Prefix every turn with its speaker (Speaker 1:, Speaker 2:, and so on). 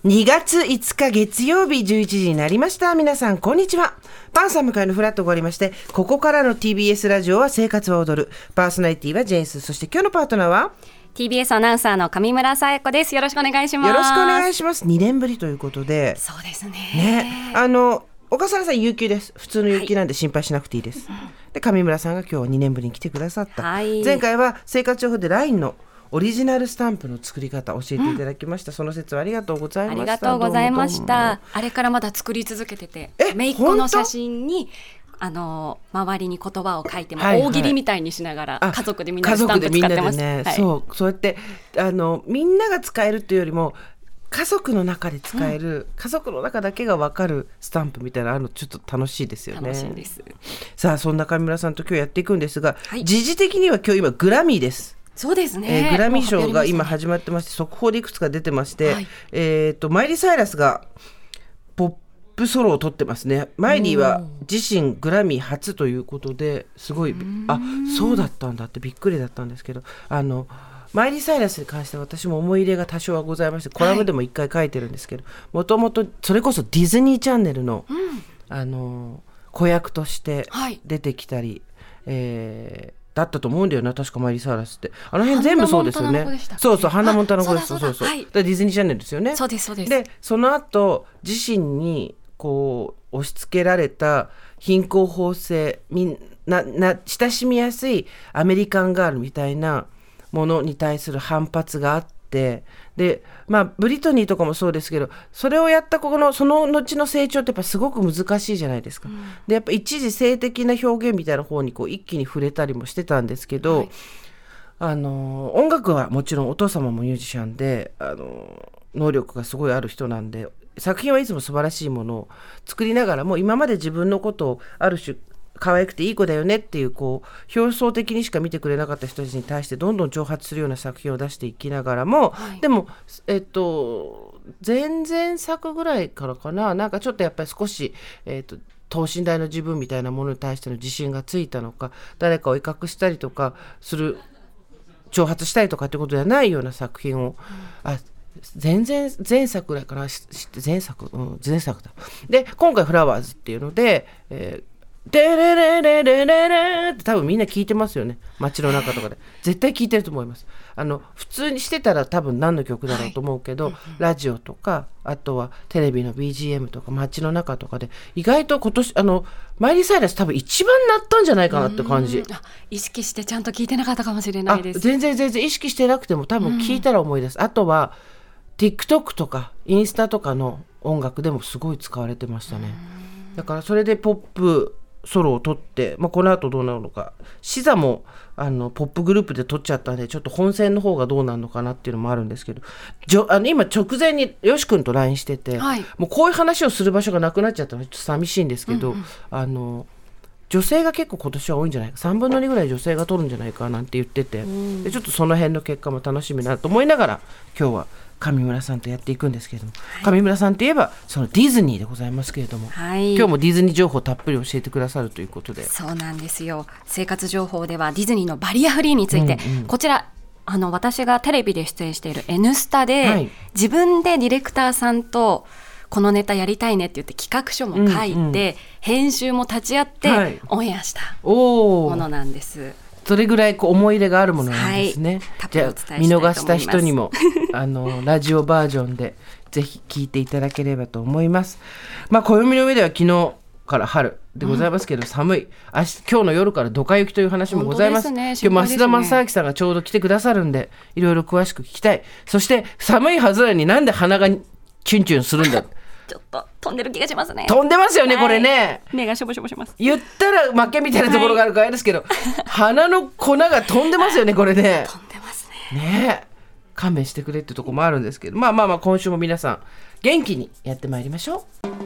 Speaker 1: 2月5日月曜日11時になりました。皆さんこんにちは。パンサー向井のフラットがありまして、ここからの TBS ラジオは生活は踊る。パーソナリティはジェンス、そして今日のパートナーは
Speaker 2: TBS アナウンサーの上村紗恵子です。よろしくお願いします。
Speaker 1: よろしくお願いします。2年ぶりということで、
Speaker 2: そうですね。
Speaker 1: 小笠原さん有給です。普通の有給なんで心配しなくていいです、で上村さんが今日は2年ぶりに来てくださった、前回は生活情報で LINE のオリジナルスタンプの作り方教えていただきました、その説はありがとうございました。
Speaker 2: ありがとうございました。あれからまだ作り続けてて、姪っ子の写真に周りに言葉を書いても、大喜利みたいにしながら家族でみんなでスタンプ使ってます。
Speaker 1: そうやってみんなが使えるというよりも家族の中で使える、家族の中だけが分かるスタンプみたいなのちょっと楽しいですよね。
Speaker 2: 楽しいです。
Speaker 1: さあそんな上村さんと今日やっていくんですが、時事的には今日今グラミーです。
Speaker 2: そうですね、
Speaker 1: グラミー賞が今始まってまして、速報でいくつか出てまして、マイリー・サイラスがポップソロを取ってますね。マイリーは自身グラミー初ということで、すごいそうだったんだってびっくりだったんですけど、マイリー・サイラスに関しては私も思い入れが多少はございまして、コラムでも一回書いてるんですけど、もともとそれこそディズニーチャンネルの、子役として出てきたり、だったと思うんだよな、確かマイリー・サイラスって。あの辺全部そうですよね。そうハンナ・モンタナの子です。そうディズニーチャンネルですよね。
Speaker 2: そうです
Speaker 1: でその後自身にこう押し付けられた貧困法制、みんな親しみやすいアメリカンガールみたいなものに対する反発があって、でブリトニーとかもそうですけど、それをやった子のその後の成長ってやっぱすごく難しいじゃないですか、でやっぱ一時性的な表現みたいな方にこう一気に触れたりもしてたんですけど、音楽はもちろんお父様もミュージシャンで能力がすごいある人なんで、作品はいつも素晴らしいものを作りながらも、今まで自分のことをある種可愛くていい子だよねっていう、表層的にしか見てくれなかった人たちに対してどんどん挑発するような作品を出していきながらも、でも前々作ぐらいからかな、なんかちょっとやっぱり少し等身大の自分みたいなものに対しての自信がついたのか、誰かを威嚇したりとかする、挑発したりとかってことではないような作品を、前作ぐらいかな、前作だ。で今回フラワーズっていうので、デレレレレレレって多分みんな聞いてますよね。街の中とかで絶対聞いてると思います。普通にしてたら多分何の曲だろうと思うけど、ラジオとかあとはテレビの BGM とか街の中とかで意外と今年マイリー・サイラス多分一番なったんじゃないかなって感じ。
Speaker 2: 意識してちゃんと聞いてなかったかもしれないです。
Speaker 1: 全然意識してなくても多分聞いたら思い出す、あとは TikTok とかインスタとかの音楽でもすごい使われてましたね。だからそれでポップソロを取って、この後どうなるのか、シザもポップグループで取っちゃったんで、ちょっと本戦の方がどうなるのかなっていうのもあるんですけど、今直前によし君と LINE してて、もうこういう話をする場所がなくなっちゃったのはちょっと寂しいんですけど、女性が結構今年は多いんじゃないか、3分の2ぐらい女性が取るんじゃないかなんて言ってて、でちょっとその辺の結果も楽しみだと思いながら今日は上村さんとやっていくんですけれども、上村さんといえばそのディズニーでございますけれども、今日もディズニー情報たっぷり教えてくださるということで。
Speaker 2: そうなんですよ。生活情報ではディズニーのバリアフリーについて、こちら私がテレビで出演している N スタで、自分でディレクターさんとこのネタやりたいねって言って企画書も書いて、編集も立ち会ってオンエアしたものなんです。
Speaker 1: それぐらい思い入れがあるものなんですね。じゃあ見逃した人にもラジオバージョンでぜひ聞いていただければと思います。暦の上では昨日から春でございますけど、寒い。今日の夜からドカ雪という話もございます。今日増田正明さんがちょうど来てくださるんで、いろいろ詳しく聞きたい。そして寒いはずなのになんで鼻がチュンチュンするんだ
Speaker 2: ちょっと飛んでる気がしますね。
Speaker 1: 飛んでますよね、これね。
Speaker 2: 目がしょぼしょぼします。
Speaker 1: 言ったら負けみたいなところがあるからあれですけど、鼻の粉が飛んでますよね、これね。
Speaker 2: 飛んでます
Speaker 1: ね。勘弁してくれってところもあるんですけど、今週も皆さん元気にやってまいりましょう。